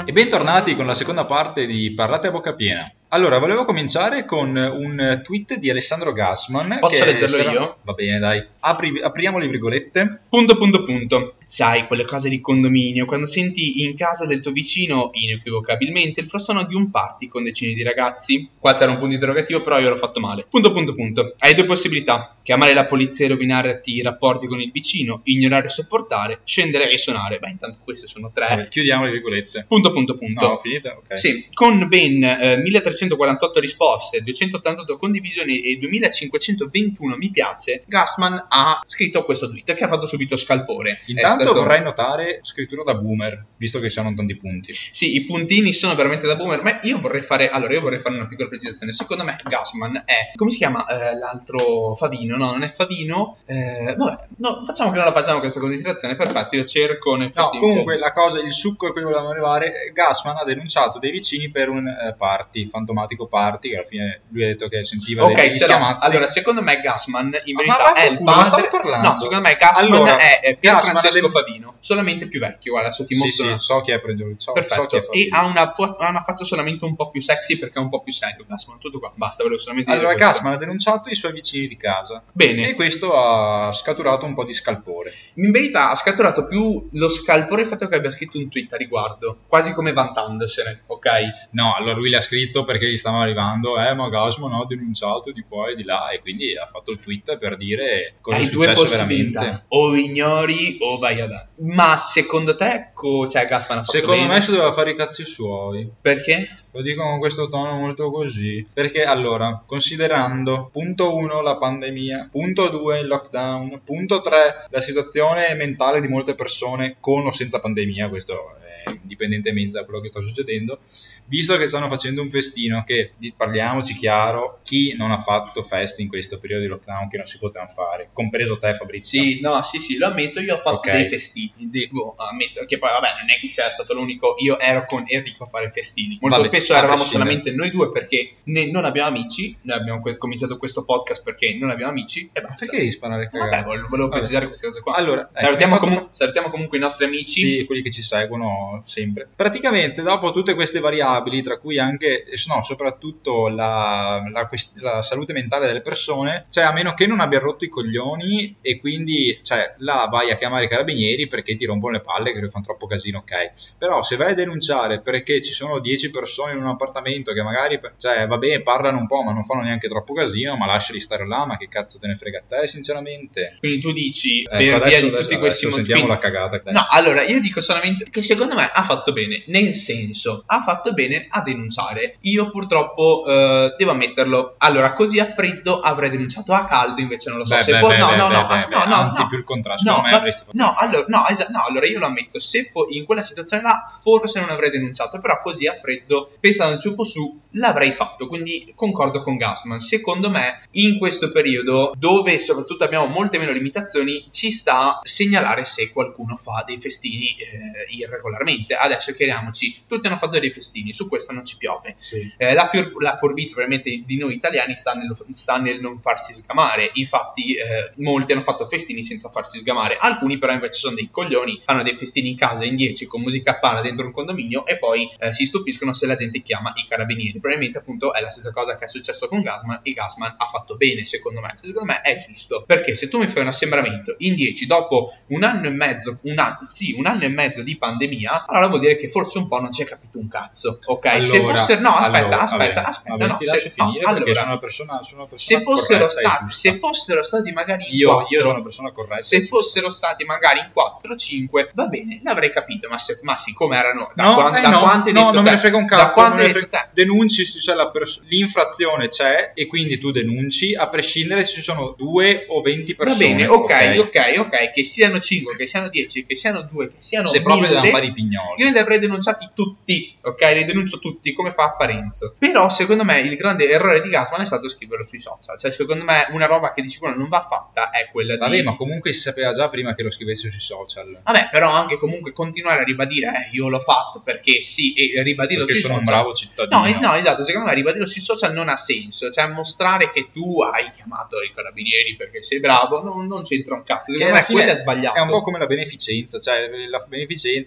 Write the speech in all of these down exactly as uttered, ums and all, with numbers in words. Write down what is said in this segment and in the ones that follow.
E bentornati con la seconda parte di Parlate a bocca piena. Allora, volevo cominciare con un tweet di Alessandro Gassman. Posso che leggerlo sarà... io? Va bene, dai. Apri... Apriamo le virgolette. Punto, punto, punto. Sai, quelle cose di condominio, quando senti in casa del tuo vicino, inequivocabilmente, il frastuono di un party con decine di ragazzi? Qua c'era un punto interrogativo, però io l'ho fatto male. Punto, punto, punto. Hai due possibilità. Chiamare la polizia e rovinarti i rapporti con il vicino, ignorare e sopportare, scendere e suonare. Beh, intanto queste sono tre. Vabbè, chiudiamo le virgolette. Punto, punto, punto. No, finita? Ok. Sì, con ben eh, milletrecentoquarantotto risposte, duecentottantotto condivisioni e duemilacinquecentoventuno mi piace, Gassman ha scritto questo tweet che ha fatto subito scalpore. Intanto È stato... vorrei notare scrittura da boomer, visto che sono tanti punti. Sì, i puntini sono veramente da boomer, ma io vorrei fare, allora io vorrei fare una piccola precisazione. Secondo me Gassman è, come si chiama eh, l'altro Favino? No, non è Favino. Eh, vabbè, no, facciamo che non la facciamo questa considerazione. Perfetto, io cerco nel No, frattempo. comunque la cosa, il succo è quello che volevamo arrivare. Gassman ha denunciato dei vicini per un eh, party, fantomatico party, che alla fine lui ha detto che sentiva Ok, degli ce l'ho. schiamazzi. Allora, secondo me Gassman in Ma verità va è il culo, ma stavo padre. parlando. No, secondo me Gassman Allora, è, è Pier Gassman Francesco ha del- Favino, solamente più vecchio. Guarda, adesso ti Sì, mostro. sì, so chi è Pregio, so, Perfetto, so chi è e Fabio. ha una, fo- ha una faccia solamente un po' più sexy perché è un po' più serio Gassman, tutto qua, basta, volevo solamente dire Allora, questo. Gassman ha denunciato i suoi vicini di casa. Bene. E questo ha scaturato un po' di scalpore. In verità ha scatturato più lo scalpore il fatto che abbia scritto un tweet a riguardo, quasi come vantandosene, ok? No, allora lui l'ha scritto perché gli stavano arrivando, eh, ma Gassman ha denunciato di qua e di là, e quindi ha fatto il tweet per dire cosa Hai è due successo possibilità, veramente. o ignori o vai a dare. Ma secondo te, co- cioè Gassman ha fatto Secondo bene? me si doveva fare i cazzi suoi. Perché? Lo dico con questo tono molto così. Perché allora, considerando punto uno la pandemia, punto due il lockdown, punto tre la situazione mentale di molte persone con o senza pandemia, questo è indipendentemente da quello che sta succedendo, visto che stanno facendo un festino che, di- parliamoci chiaro, chi non ha fatto feste in questo periodo di lockdown che non si potevano fare, compreso te Fabrizio. Sì, no, sì, sì, lo ammetto, io ho fatto Ok. dei festini, devo ammettere, che poi vabbè, non è che sia stato l'unico, io ero con Enrico a fare festini, molto Vabbè, spesso a eravamo prescindere. solamente noi due perché ne- non abbiamo amici, noi abbiamo que- cominciato questo podcast perché non abbiamo amici e basta. Perché devi sparare Vabbè, cagate? volevo, volevo Vabbè. precisare queste cose qua. Allora, eh, salutiamo, hai fatto- comu- salutiamo comunque i nostri amici. Sì, quelli che ci seguono sempre. Praticamente, dopo tutte queste variabili, tra cui anche, eh, no, soprattutto la, la, quest- la salute mentale delle persone, cioè a meno che non abbia rotto i coglioni e quindi, cioè, là vai a chiamare i carabinieri perché ti rompono le palle, che fanno troppo casino, ok. Però se vai a denunciare perché ci sono dieci persone in un appartamento che magari, cioè, va bene, parlano un po', ma non fanno neanche troppo casino, ma lasciali stare là, ma che cazzo te ne frega a te, sinceramente. Quindi tu dici, Ecco, per via adesso, di adesso, tutti questi adesso motivi. sentiamo la cagata. dai. No, allora io dico solamente che secondo me ha fatto bene, nel senso, ha fatto bene a denunciare. Io purtroppo eh, devo ammetterlo. Allora, così a freddo avrei denunciato, a caldo invece non lo so. Beh, se beh, può- beh, no, beh, no, beh, no, beh, as- no, beh, no, anzi no. più il contrario, No, secondo me ma- avresti fatto- no, allora, no, esa- no, allora io lo ammetto, se fo- in quella situazione là forse non avrei denunciato, però così a freddo, pensandoci un po' su, l'avrei fatto, quindi concordo con Gassman. Secondo me, in questo periodo, dove soprattutto abbiamo molte meno limitazioni, ci sta segnalare se qualcuno fa dei festini eh, irregolarmente. Adesso chiariamoci, tutti hanno fatto dei festini, su questo non ci piove. Sì. Eh, la, fior- la forbizia probabilmente di noi italiani sta nel, sta nel non farsi sgamare. Infatti eh, molti hanno fatto festini senza farsi sgamare, alcuni però invece sono dei coglioni, fanno dei festini in casa in dieci con musica a palla dentro un condominio e poi eh, si stupiscono se la gente chiama i carabinieri. Probabilmente appunto è la stessa cosa che è successo con Gassman e Gassman ha fatto bene, secondo me. Cioè, secondo me è giusto, perché se tu mi fai un assembramento in dieci dopo un anno e mezzo, un anno, sì, un anno e mezzo di pandemia, allora vuol dire che forse un po' non ci hai capito un cazzo, ok? se Allora, fossero, no, aspetta, allora, aspetta, vabbè, aspetta, vabbè, no, ti se, lascio no, finire perché allora, sono una persona, sono una persona se fossero corretta e stati, giusta. se fossero stati magari in io, quattro, io sono una persona corretta e se giusta. fossero stati magari in quattro o cinque, va bene, l'avrei capito, ma, se, ma siccome erano da, No, quan- eh da no, quanto hai no, detto non te, me ne frega un da cazzo, quanto non me hai ne detto frega- te, denunci, cioè la pers- l'infrazione c'è e quindi tu denunci a prescindere se ci sono due o venti va persone. bene, ok, ok, ok, che siano cinque, che siano dieci, che siano due, che siano Se proprio mille, devono fare i pignoli. io li avrei denunciati tutti, ok? Li denuncio tutti, come fa Parenzo. Però secondo me il grande errore di Gassman è stato scriverlo sui social. Cioè secondo me una roba che di sicuro non va fatta è quella Vabbè, di... ma comunque si sapeva già prima che lo scrivessi sui social. Vabbè, però anche comunque continuare a ribadire eh, io l'ho fatto perché sì, e ribadirlo Perché sui sono un social. bravo cittadino. No, es- no, esatto, secondo me ribadirlo sui social non ha senso, cioè mostrare che tu hai chiamato i carabinieri perché sei bravo non, non c'entra un cazzo, Che secondo alla me fine quello è sbagliato. È un po' come la beneficenza, cioè la beneficenza la Sì,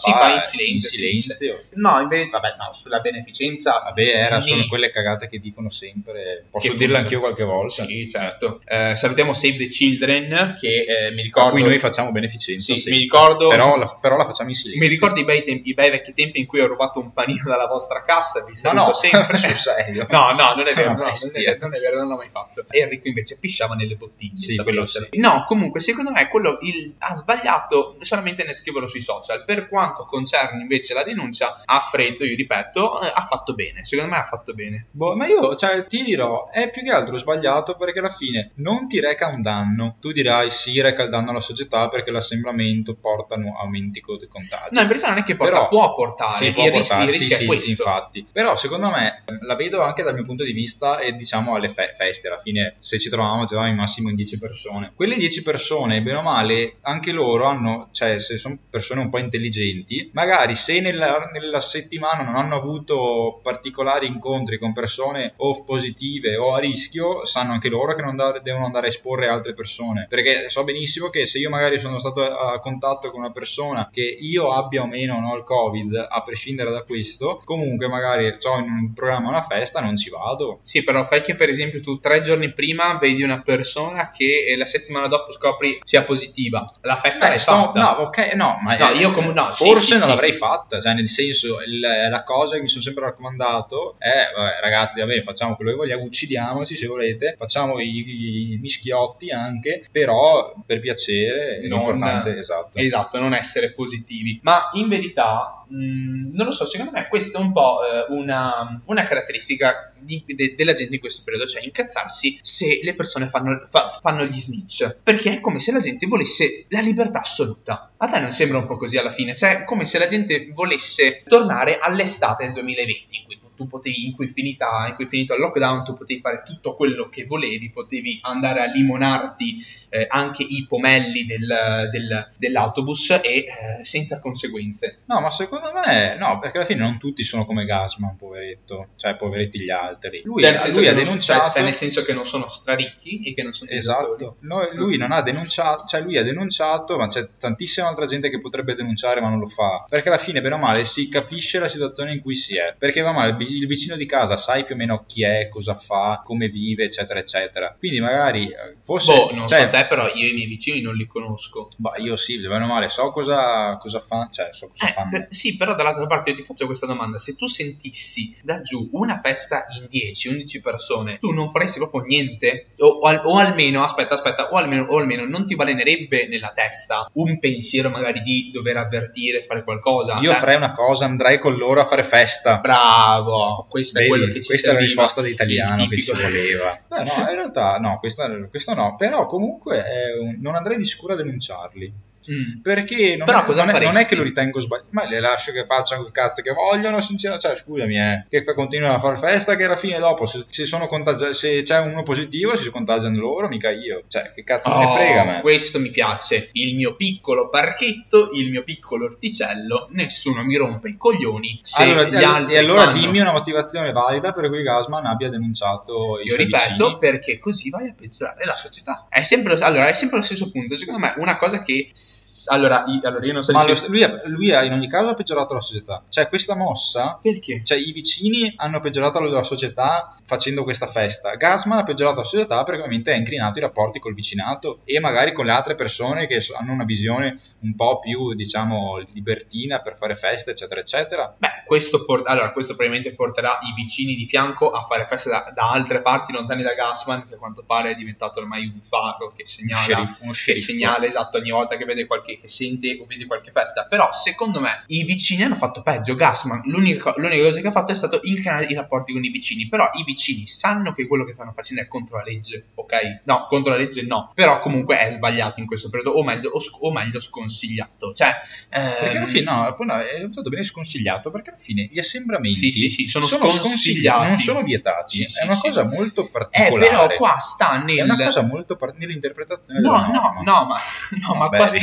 si fa in silenzio. In silenzio. No, in verità, vabbè, no, sulla beneficenza. Vabbè, era, Ni- sono quelle cagate che dicono sempre. Posso Che dirle funziona. anch'io qualche volta. Sì, certo. Eh, salutiamo Save the Children, che eh, mi A ricordo. cui noi facciamo beneficenza. Sì, sì. mi ricordo. Però la, però la facciamo in silenzio. Mi ricordo i bei, tempi, i bei vecchi tempi in cui ho rubato un panino dalla vostra cassa, vi Ma saluto no, sempre. sul serio. No, no, non è vero, Una no, non, è, bestia. non è vero, non l'ho mai fatto. Enrico invece pisciava nelle bottiglie. Sì, sapetelo. quello sì. No, comunque, secondo me quello il, ha sbagliato solamente nel scriverlo sui social. Per quanto concerne invece la denuncia, a freddo, io ripeto, eh, ha fatto bene. Secondo me ha fatto bene. Boh, ma io, cioè, ti dirò, è più che altro sbagliato perché alla fine non ti reca un danno. Tu dirai sì, reca il danno alla società perché l'assemblamento porta a aumenti di contagi. No, in verità non è che porta, Però- può portare. Sì, il può rischio, portare, il sì, rischio sì, è questo. infatti. Però secondo me la vedo anche dal mio punto di vista e diciamo alle fe- feste. Alla fine se ci trovavamo, ci trovavamo in massimo in dieci persone. Quelle dieci persone, bene o male, anche loro hanno, cioè se sono persone un po' intelligenti, magari se nella, nella settimana non hanno avuto particolari incontri con persone o positive o a rischio, sanno anche loro che non andare- devono andare a esporre altre persone. Perché so benissimo che se io magari sono stato a contatto con una persona che io abbia o meno no, il Covid, a prescindere da questo, comunque magari so in un programma una festa, non ci vado. Sì, però fai che per esempio tu tre giorni prima vedi una persona che eh, la settimana dopo scopri sia positiva. La festa Beh, l'hai sto- fatta. no, ok, no, ma No, eh, io com- no, sì, forse sì, non sì. l'avrei fatta, cioè nel senso il- la cosa che mi sono sempre raccomandato è, vabbè, ragazzi, vabbè, facciamo quello che vogliamo, uccidiamoci se volete, facciamo i, i mischiotti anche, però per piacere è Non- importante, esatto. Esatto, non essere positivi. Ma in verità, mh, non lo so, secondo me questa è un po' eh, una, una caratteristica di- de- della gente in questo periodo, cioè incazzarsi se le persone fanno, fa- fanno gli snitch, perché è come se la gente volesse la libertà assoluta. A te non sembra un po' così alla fine? Cioè, come se la gente volesse tornare all'estate del duemilaventi, in cui tu potevi, in cui, finita, in cui è finito il lockdown, tu potevi fare tutto quello che volevi, potevi andare a limonarti eh, anche i pomelli del, del- dell'autobus e eh, senza conseguenze. No, ma secondo me no, perché alla fine non tutti sono come Gasman, poveretto, cioè poveretti gli altri. Lui, Cioè, nel senso lui che ha non- denunciato... cioè, cioè, nel senso che non sono straricchi e che non sono detentori. Esatto, No, lui non ha denunciato, cioè lui ha denunciato, ma c'è tantissima altra gente che potrebbe denunciare ma non lo fa, perché alla fine bene o male si capisce la situazione in cui si è, perché va male, il vicino di casa sai più o meno chi è, cosa fa, come vive, eccetera eccetera, quindi magari eh, forse... Boh, non cioè, so te, però io i miei vicini non li conosco. bah, io sì, bene o male so cosa, cosa fa, cioè so cosa Eh, fanno. beh, sì, però dall'altra parte io ti faccio questa domanda: se tu sentissi da giù una festa in dieci undici persone, tu non faresti proprio niente? O, o al- o almeno, aspetta, aspetta, o almeno, o almeno non ti balenerebbe nella testa un pensiero magari di dover avvertire, fare qualcosa? Io Cioè, farei una cosa, andrei con loro a fare festa. bravo, questo è Vedi, quello che ci questa è la serviva, risposta da italiano il che ci tipico- voleva. Beh, no, in realtà no, questa- questo no, però comunque è un- non andrei di sicuro a denunciarli. Mm. Perché non, Però è, cosa non, è, non è faresti? che lo ritengo sbagliato, ma le lascio che facciano quel cazzo che vogliono, sinceramente, cioè scusami, eh, che qua continuano a fare festa, che alla fine dopo se, se sono contagiati, se c'è uno positivo si contagiano loro, mica io, cioè che cazzo me ne Oh, frega a me. questo mi piace. Il mio piccolo parchetto, il mio piccolo orticello, nessuno mi rompe i coglioni se Allora, gli e allora- altri e allora fanno. dimmi una motivazione valida per cui Gasman abbia denunciato i Io suoi ripeto, vicini. perché così vai a peggiorare la società. È sempre, allora, è sempre lo stesso punto. Secondo me, una cosa che. s- Allora, io, allora, io non so Ma dire. lo- lui, ha, lui ha in ogni caso ha peggiorato la società, cioè questa mossa, Perché? cioè i vicini hanno peggiorato la società facendo questa festa, Gasman ha peggiorato la società perché ovviamente ha incrinato i rapporti col vicinato e magari con le altre persone che so- hanno una visione un po' più diciamo libertina per fare feste eccetera eccetera. Beh, questo, port- allora, questo probabilmente porterà i vicini di fianco a fare feste da, da altre parti lontane da Gasman, che a quanto pare è diventato ormai un faro che segnala, Sceriffo, uno che sceriffo. segnala esatto ogni volta che vede qualche, che sente o vede qualche festa. Però secondo me i vicini hanno fatto peggio. Gasman l'unica, l'unica cosa che ha fatto è stato incrinare i rapporti con i vicini, però i vicini sanno che quello che stanno facendo è contro la legge, ok? No, contro la legge no, però comunque è sbagliato in questo periodo, o meglio, o, sc- o meglio sconsigliato, cioè Perché alla ehm, fine no, poi no, è stato bene sconsigliato perché alla fine gli assembramenti Sì, sì, sì, sono sconsigliati, sconsigliati. non sono vietati, Sì, sì, è una sì. cosa molto Eh, particolare. però qua sta nel... È una cosa molto par- nell'interpretazione No, della no, norma. no, ma, no, ma Beh, qua, vedi. no,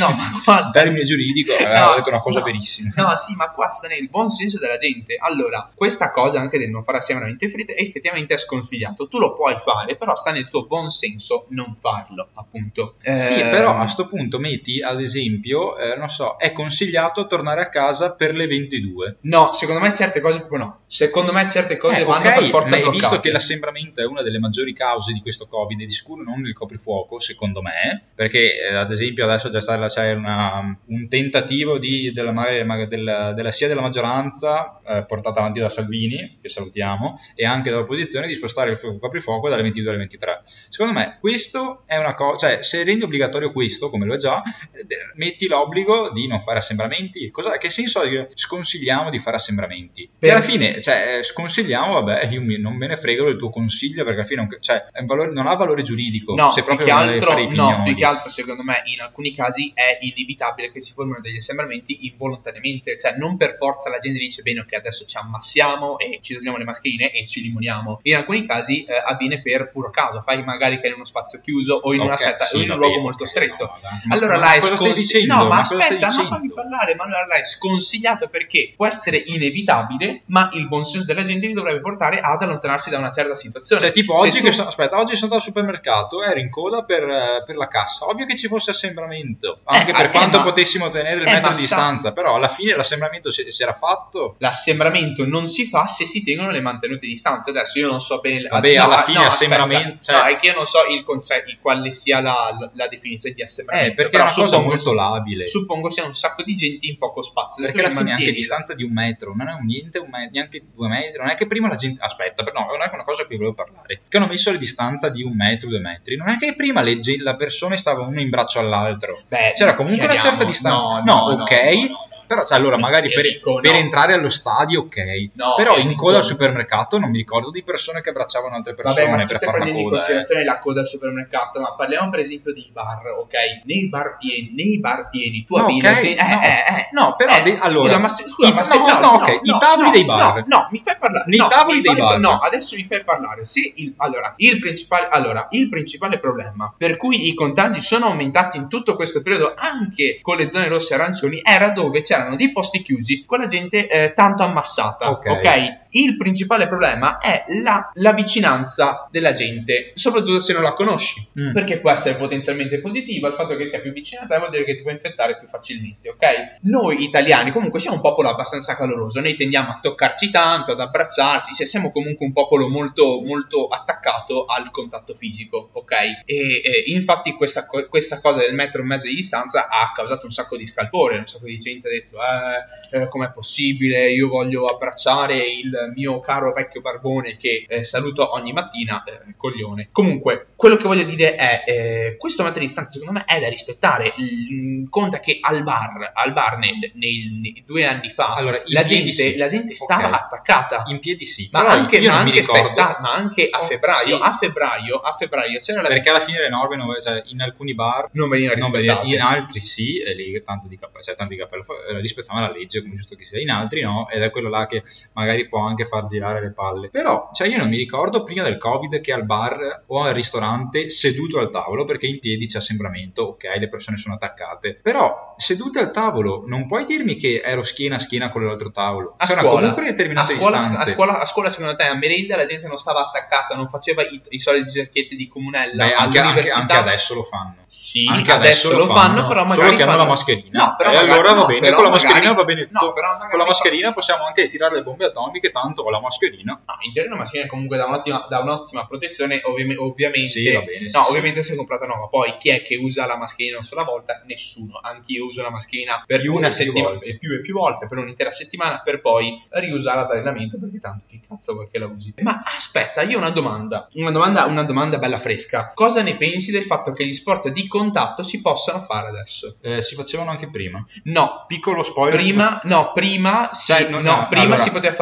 no, ma qua in termine giuridico eh, no, ho detto una cosa no, verissima. No, sì, ma qua sta nel buon senso della gente. Allora, questa cosa anche del non fare assembramenti fritte effettivamente è sconsigliato. Tu lo puoi fare, però sta nel tuo buon senso non farlo, appunto. Sì, Eh, però a sto punto metti, ad esempio, eh, non so, è consigliato tornare a casa per le ventidue. No, secondo me certe cose proprio no. Secondo me certe cose Eh, vanno ok, per forza ma bloccate. visto che l'assembramento è una delle maggiori cause di questo Covid, e di sicuro non il coprifuoco, secondo me, perché eh, ad esempio adesso già sta, c'è una, un tentativo di, della, magari, della, della sia della maggioranza eh, portata avanti da Salvini, che salutiamo, e anche dall'opposizione, di spostare il coprifuoco dalle ventidue alle ventitré. Secondo me questo è una cosa, cioè se rendi obbligatorio questo, come lo è già, eh, metti l'obbligo di non fare assembramenti. Cosa, che senso ha che sconsigliamo di fare assembramenti? Per- E alla fine, cioè, sconsigliamo, vabbè, io mi, non me ne frego del tuo consiglio, perché alla fine non, cioè, è un valore, non ha valore giuridico. No, se più proprio che, non devi altro, fare i no, pignoli. più che altro secondo me in alcuni casi è inevitabile che si formino degli assembramenti involontariamente, cioè non per forza la gente dice bene ok adesso ci ammassiamo e ci togliamo le mascherine e ci limoniamo. In alcuni casi eh, avviene per puro caso, fai magari che è in uno spazio chiuso o in, Ok, una, aspetta, sì, o in va un luogo bene, molto ok, stretto. no, dai. Ma- allora ma là è cosa stai scons- dicendo? no, ma, Ma cosa stai aspetta, ma dicendo? fammi parlare, ma allora là è sconsigliato perché può essere inevitabile, ma il buon senso della gente li dovrebbe portare ad allontanarsi da una certa situazione. Cioè, tipo Se oggi tu- che so- aspetta, oggi sono andato al supermercato, ero in coda per, eh, per la cassa. Ovvio che ci fosse assembramento, anche Eh, per eh, quanto ma- potessimo tenere il eh, metro ma di sta- distanza, però alla fine l'assembramento si, si era fatto. L'assembramento non si fa se si tengono le mantenute distanze. Adesso io non so bene. Vabbè, no, alla ah, fine no, assembramento, aspetta, cioè- no, è che io non so il concetto, quale sia la, la definizione di assembramento. Eh, perché però è una cosa suppongo molto sia- labile. Suppongo sia un sacco di gente in poco spazio. Perché Tu alla fine mantieni- anche distanza di un metro non è un niente, un me- neanche due metri. Non è che prima la gente. Aspetta, però no, non è una cosa a cui volevo parlare. Che hanno messo le distanza di un metro, due metri. Non è che prima le, ge- la persona stava uno in braccio all'altro. Beh, C'era comunque una chiariamo, certa distanza. no, No, no, ok. no, no. Però, cioè, allora, magari per, Enrico, per no. entrare allo stadio, ok. No, Però in Enrico. coda al supermercato non mi ricordo di persone che abbracciavano altre persone Vabbè, ma tu per stai fare una prendendo in coda. eh. considerazione la coda al supermercato, ma parliamo per esempio dei bar, ok? Nei bar pieni, nei bar pieni, tu No, avevi ok, la gente- eh, no. eh, eh. No, però Eh, de- allora, scusa, ma se, scusa, i- ma se no, no, no, ok, i tavoli no, dei bar. No, no, mi fai parlare. Nei no, tavoli i dei bar. No, adesso mi fai parlare. Se il, allora, il principale, allora, il principale problema per cui i contagi sono aumentati in tutto questo periodo, anche con le zone rosse e arancioni, era dove c'erano dei posti chiusi con la gente eh, tanto ammassata. Ok. Ok? Il principale problema è la, la vicinanza della gente, soprattutto se non la conosci, Mm. perché può essere potenzialmente positiva. Il fatto che sia più vicina a te vuol dire che ti può infettare più facilmente, ok? Noi italiani comunque siamo un popolo abbastanza caloroso, noi tendiamo a toccarci tanto, ad abbracciarci, cioè siamo comunque un popolo molto, molto attaccato al contatto fisico, ok? E, e infatti questa, co- questa cosa del metro e mezzo di distanza ha causato un sacco di scalpore, un sacco di gente ha detto eh, eh, com'è possibile, io voglio abbracciare il mio caro vecchio barbone che eh, saluto ogni mattina, eh, coglione. Comunque, quello che voglio dire è eh, questo metro di distanza secondo me è da rispettare. L- conta che al bar, al bar nel, nel- nei due anni fa Allora, in la, piedi gente, sì. la gente stava Ok. attaccata. In piedi sì, Ma però anche, io ma, non mi anche ricordo. festa- ma anche a Oh, febbraio, sì. a febbraio, a febbraio c'era la Perché alla fine le norme, non- cioè, in alcuni bar non veniva non rispettata. veniva- in altri sì, e lì tanto di cappello, cioè tanto di cappello, fa- eh, rispettavano la legge come giusto che sia, in altri no, ed è quello là che magari può anche far girare le palle. Però, cioè io non mi ricordo prima del Covid che al bar o al ristorante seduto al tavolo, perché in piedi c'è assembramento, ok, le persone sono attaccate, però sedute al tavolo non puoi dirmi che ero schiena a schiena con l'altro tavolo. A C'erano scuola, comunque a determinate scuola, distanze. a, scuola, a scuola secondo te a merenda la gente non stava attaccata, non faceva i, i soliti cerchietti di comunella. Beh, anche, anche, all'università anche adesso lo fanno. sì, Anche adesso, lo fanno, però magari solo che hanno fanno- la mascherina. No, però e magari- allora va no, bene, però con la magari- mascherina va bene no, tutto. però magari Con la fa- mascherina possiamo anche tirare le bombe atomiche, tanto con la mascherina. No, in teoria una mascherina comunque da un'ottima, da un'ottima protezione, ovvi- ovviamente. Sì, va bene, sì, no, sì. ovviamente se è comprata nuova. Poi chi è che usa la mascherina una sola volta? Nessuno. Anch'io uso la mascherina per Più una e più settimana, volte. e più e più volte, per un'intera settimana, per poi riusarla ad allenamento, perché tanto chi cazzo vuoi che la usi? Ma aspetta, io ho una domanda. Una domanda, una domanda bella fresca. Cosa ne pensi del fatto che gli sport di contatto si possano fare adesso? Eh, si facevano anche prima. No, Piccolo spoiler. prima, no, prima, si, Cioè, no, no, no, prima allora- si poteva fare l'allenamento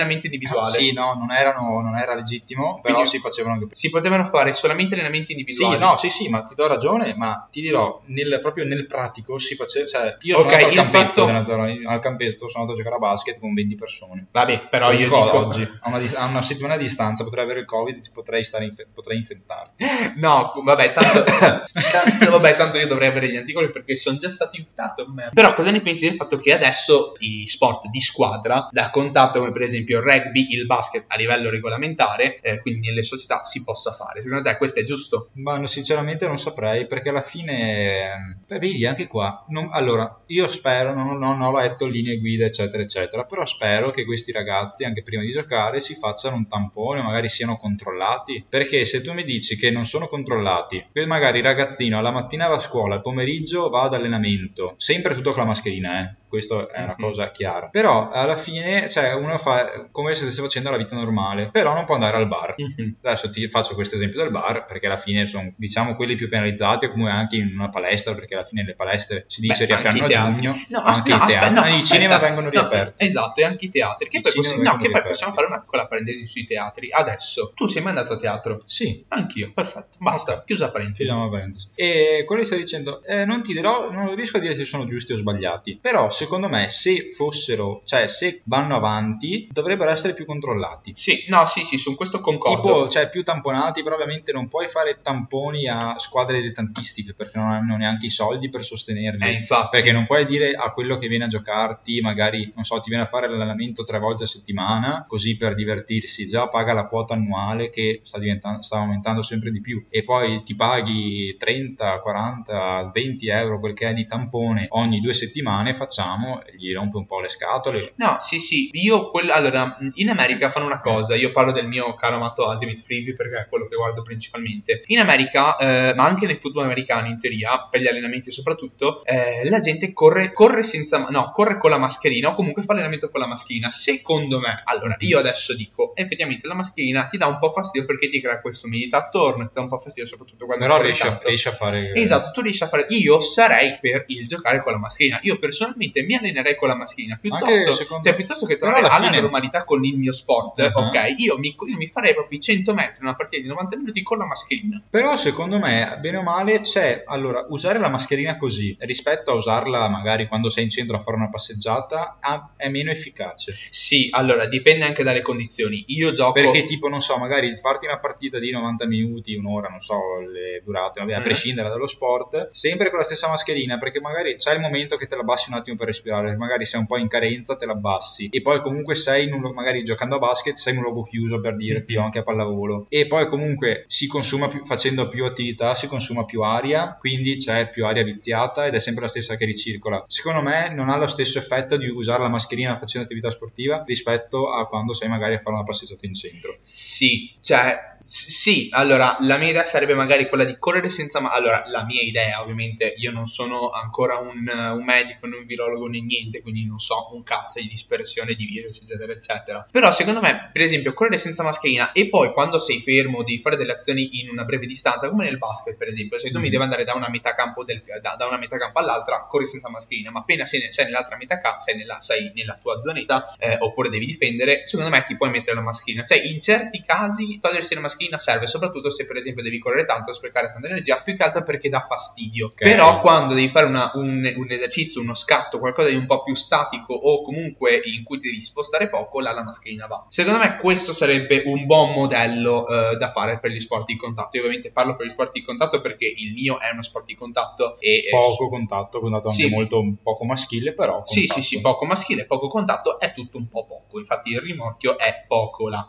allenamento individuale. Ah, sì, no, non erano, non era legittimo, però Quindi si facevano anche. si potevano fare solamente allenamenti individuali. Sì, no, sì, sì, ma ti do ragione, ma ti dirò, nel, proprio nel pratico si faceva, cioè, io sono Ok, andato al il campetto, fatto- della zona- al campetto, sono andato a giocare a basket con venti persone. Vabbè, però Te lo io dico dico oggi, a una, dis- a una settimana di distanza potrei avere il Covid, ti potrei, stare infe- potrei infettarti. No, vabbè, tanto cazzo, vabbè, tanto io dovrei avere gli anticorpi perché sono già stato infettato. merda. Però cosa ne pensi del fatto che adesso i sport di squadra, da contatto come per esempio il rugby, il basket a livello regolamentare, eh, quindi nelle società si possa fare? Secondo te questo è giusto? Ma no, sinceramente non saprei, perché alla fine, beh, vedi, anche qua, non- allora, io spero, non, non ho letto linee guida, eccetera, eccetera, però spero che questi ragazzi, anche prima di giocare, si facciano un tampone, magari siano controllati, perché se tu mi dici che non sono controllati, che magari il ragazzino alla mattina va a scuola, al pomeriggio va ad allenamento, sempre tutto con la mascherina, eh. Questo è una Mhm. cosa chiara. Però alla fine, cioè, uno fa come se stesse facendo la vita normale, però non può andare al bar. Mhm. Adesso ti faccio questo esempio del bar, perché alla fine sono, diciamo, quelli più penalizzati, o come anche in una palestra, perché alla fine le palestre si dice Beh, anche riapriranno i a teatri. giugno, No, anche aspe- i no, teatri, aspe- no, i aspetta. cinema vengono No, riaperti. esatto, e anche i teatri. Che I poi, cinema possi- no, vengono che poi riaperti. possiamo fare una piccola parentesi sui teatri. Adesso, tu sei mai andato a teatro? Sì. Anch'io, perfetto. Basta, Ok. chiusa parentesi. Chiudiamo la parentesi. E quello che stai dicendo, eh, non ti dirò, non riesco a dire se sono giusti o sbagliati, però secondo me se fossero, cioè se vanno avanti, dovrebbero essere più controllati. Sì, no, sì, sì, su questo concordo. Tipo, cioè più tamponati, però ovviamente non puoi fare tamponi a squadre dilettantistiche perché non hanno neanche i soldi per sostenerli. Eh, infatti. Perché non puoi dire a quello che viene a giocarti, magari, non so, ti viene a fare l'allenamento tre volte a settimana, così per divertirsi, già paga la quota annuale che sta, diventando, sta aumentando sempre di più, e poi ti paghi trenta, quaranta, venti euro, quel che è di tampone ogni due settimane, facciamo, gli rompe un po' le scatole. No, sì, sì, io quel- allora, in America fanno una cosa, io parlo del mio caro amato Ultimate Frisbee perché è quello che guardo principalmente. In America, eh, ma anche nel football americano in teoria, per gli allenamenti soprattutto, eh, la gente corre, corre senza, no, corre con la mascherina o comunque fa allenamento con la mascherina. Secondo me, allora, io adesso dico, effettivamente la mascherina ti dà un po' fastidio perché ti crea questa umidità attorno, ti dà un po' fastidio soprattutto quando Però corri riesci a, tanto. riesci a fare... Esatto, tu riesci a fare. Io sarei per il giocare con la mascherina. Io personalmente mi allenerei con la mascherina piuttosto, Anche secondo- cioè, piuttosto che Però tornare alla alla fine- normalità con il mio sport. Uh-huh. Ok, io mi, io mi farei proprio i cento metri in una partita di novanta minuti con la mascherina. Però secondo me, bene o male, c'è, allora, usare la mascherina così rispetto a usarla magari quando sei in centro a fare una passeggiata ha- è meno efficace. Sì, allora dipende anche dalle condizioni. Io gioco. Perché tipo, non so, magari farti una partita di novanta minuti, un'ora, non so, le durate, vabbè, a Eh. prescindere dallo sport, sempre con la stessa mascherina, perché magari c'è il momento che te la abbassi un attimo per respirare, magari sei un po' in carenza, te la abbassi, e poi comunque sei in un, magari giocando a basket, sei in un luogo chiuso, per dirti, o anche a pallavolo, e poi comunque si consuma più, facendo più attività, si consuma più aria, quindi c'è più aria viziata ed è sempre la stessa che ricircola. Secondo me non ha lo stesso effetto di usare la mascherina facendo attività sportiva rispetto a quando sei magari a fare una passeggiata in centro. Sì, cioè, s- sì, allora, la mia idea sarebbe magari quella di correre senza... Ma- allora, la mia idea, ovviamente, io non sono ancora un, un medico, né un virologo, né niente, quindi non so un cazzo di dispersione di virus, eccetera, eccetera. Però, secondo me, per esempio, correre senza mascherina e poi quando sei fermo devi fare delle azioni in una breve distanza, come nel basket, per esempio, se tu Mm. mi devi andare da una metà campo, del, da, da una metà campo all'altra, corri senza mascherina, ma appena sei, sei nell'altra metà campo, sei nella, sei nella tua zonetta, eh, oppure devi difendere, secondo me ti puoi mettere la mascherina. Cioè, in certi casi togliersi la mascherina serve, soprattutto se per esempio devi correre tanto, sprecare tanta energia, più che altro perché dà fastidio. Ok. Però quando devi fare una- un, un esercizio, uno scatto, qualcosa di un po' più statico o comunque in cui ti devi spostare poco, là la mascherina va. Secondo me questo sarebbe un buon modello eh, da fare per gli sport di contatto. Io ovviamente parlo per gli sport di contatto perché il mio è uno sport di contatto e eh, Poco contatto, contatto anche Sì. molto poco maschile, però sì, contatto. sì, sì, poco maschile, poco contatto, è tutto un po' poco. Infatti il rimorchio è poco là.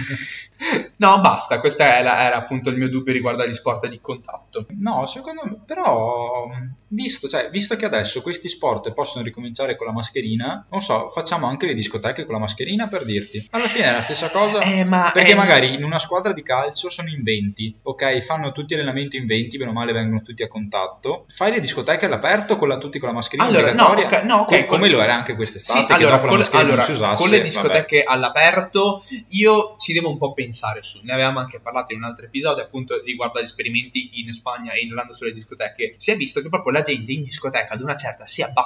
No, basta, questo era, era appunto il mio dubbio riguardo agli sport di contatto. No, secondo me, però, visto, cioè, visto che adesso questi sport possono ricominciare con la mascherina, non so, facciamo anche le discoteche con la mascherina, per dirti. Alla fine è la stessa cosa, Eh, ma perché eh, magari in una squadra di calcio sono in venti, ok, fanno tutti allenamenti in venti, bene o male vengono tutti a contatto, fai le discoteche all'aperto con la, tutti con la mascherina Allora, no, obbligatoria, ok, no, ok, co- con- come lo era anche quest'estate, Sì, che allora, dopo la con, mascherina allora, non si usasse, con le vabbè. discoteche all'aperto io ci devo un po' pensare su, ne avevamo anche parlato in un altro episodio appunto riguardo agli esperimenti in Spagna e in Olanda sulle discoteche. Si è visto che proprio la gente in discoteca ad una certa si abbassa la, mas-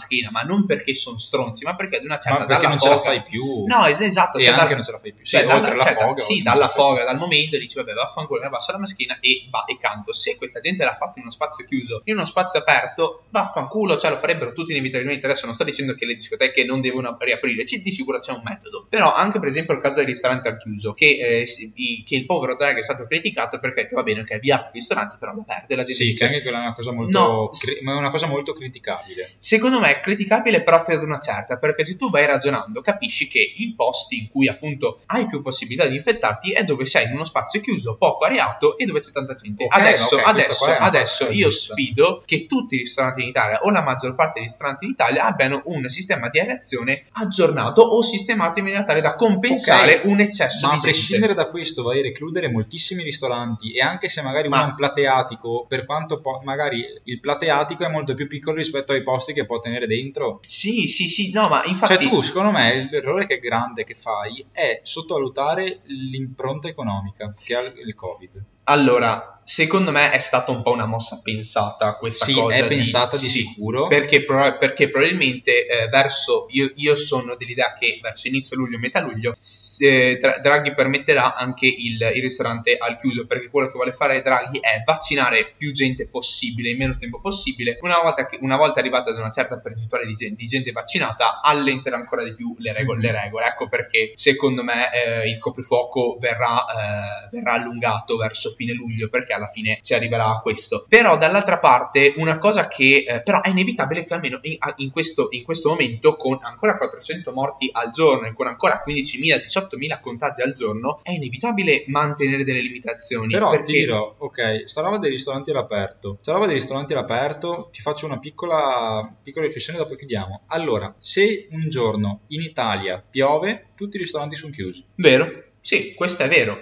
mascherina, ma non perché sono stronzi, ma perché ad una certa Ma perché dalla non foga... ce la fai più. No, es- esatto. E cioè anche dal- non ce la fai più. Sì, cioè, oltre dalla, alla cioè, foga. sì, non dalla ce la fai foga, dal momento dici vabbè vaffanculo, mi abbasso la mascherina e va e canto. Se questa gente l'ha fatto in uno spazio chiuso, in uno spazio aperto, vaffanculo, cioè lo farebbero tutti inevitabilmente. Adesso non sto dicendo che le discoteche non devono riaprire, ci- di sicuro c'è un metodo. Però anche per esempio il caso del ristorante al chiuso, che, eh, si- i- che il povero Draghi è stato criticato perché va bene che vi apre i ristoranti, però l'aperto e la gente Sì, dice, che anche quella è una cosa molto, No, cri- ma è una cosa molto criticabile. secondo me è criticabile proprio ad una certa, perché se tu vai ragionando capisci che i posti in cui appunto hai più possibilità di infettarti è dove sei in uno spazio chiuso, poco areato e dove c'è tanta gente. Ok, adesso ok, questa adesso, qua è una adesso cosa io giusta. sfido che tutti i ristoranti in Italia o la maggior parte dei ristoranti in Italia abbiano un sistema di areazione aggiornato o sistemato in maniera tale da compensare Ok, un eccesso ma a di gente. prescindere da questo vai a recludere moltissimi ristoranti e anche se magari Ma- uno ha un plateatico, per quanto po- magari il plateatico è molto più piccolo rispetto ai posti che può tenere dentro. Sì, sì, sì, no, ma infatti... Cioè tu, secondo me, l'errore che è grande che fai è sottovalutare l'impronta economica che ha il Covid. Allora, secondo me è stata un po' una mossa pensata questa Sì, cosa. è pensata di sì, sicuro. Perché, pro- perché probabilmente eh, verso, io, io sono dell'idea che verso inizio luglio, metà luglio, se Dra- Draghi permetterà anche il, il ristorante al chiuso, perché quello che vuole fare Draghi è vaccinare più gente possibile, in meno tempo possibile. Una volta, che, una volta arrivata ad una certa percentuale di gente, di gente vaccinata, allentare ancora di più le regole. Mm-hmm. le regole. Ecco perché secondo me eh, il coprifuoco verrà, eh, verrà allungato verso fine luglio, perché alla fine si arriverà a questo. Però dall'altra parte una cosa che eh, però è inevitabile che almeno in, in, questo, in questo momento, con ancora quattrocento morti al giorno e con ancora quindicimila diciottomila contagi al giorno, è inevitabile mantenere delle limitazioni. Però perché... ti dirò, ok, sta roba dei ristoranti all'aperto. Sta roba dei ristoranti all'aperto, ti faccio una piccola, piccola riflessione dopo chiudiamo. Allora, se un giorno in Italia piove, tutti i ristoranti sono chiusi. Vero? Sì, questo è vero.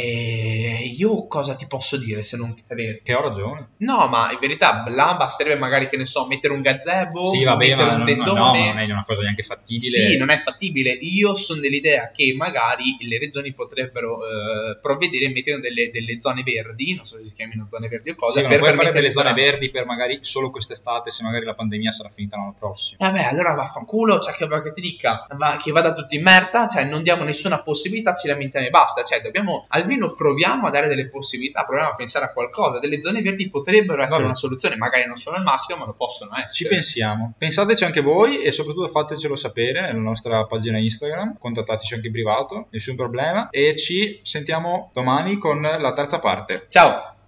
E io cosa ti posso dire se non che è vero? Che ho ragione. No, ma in verità là basterebbe magari, che ne so, mettere un gazebo, Sì, va bene, mettere ma un non, tendone. no, ma non è una cosa neanche fattibile. Sì, non è fattibile. Io sono dell'idea che magari le regioni potrebbero eh, provvedere mettendo delle, delle zone verdi, non so se si chiamino zone verdi o cosa, Sì, ma per non puoi fare permettere delle zone di- verdi per magari solo quest'estate, se magari la pandemia sarà finita l'anno prossimo. Vabbè, allora vaffanculo, cioè che, che ti dica, va, che vada tutto in merda, cioè non diamo nessuna possibilità, ci lamentiamo e basta, cioè dobbiamo, almeno proviamo a dare delle possibilità, proviamo a pensare a qualcosa. Delle zone verdi potrebbero essere Vabbè. una soluzione, magari non sono al massimo, ma lo possono essere. Ci pensiamo. Pensateci anche voi e soprattutto fatecelo sapere nella nostra pagina Instagram, contattateci anche in privato, nessun problema e ci sentiamo domani con la terza parte. Ciao!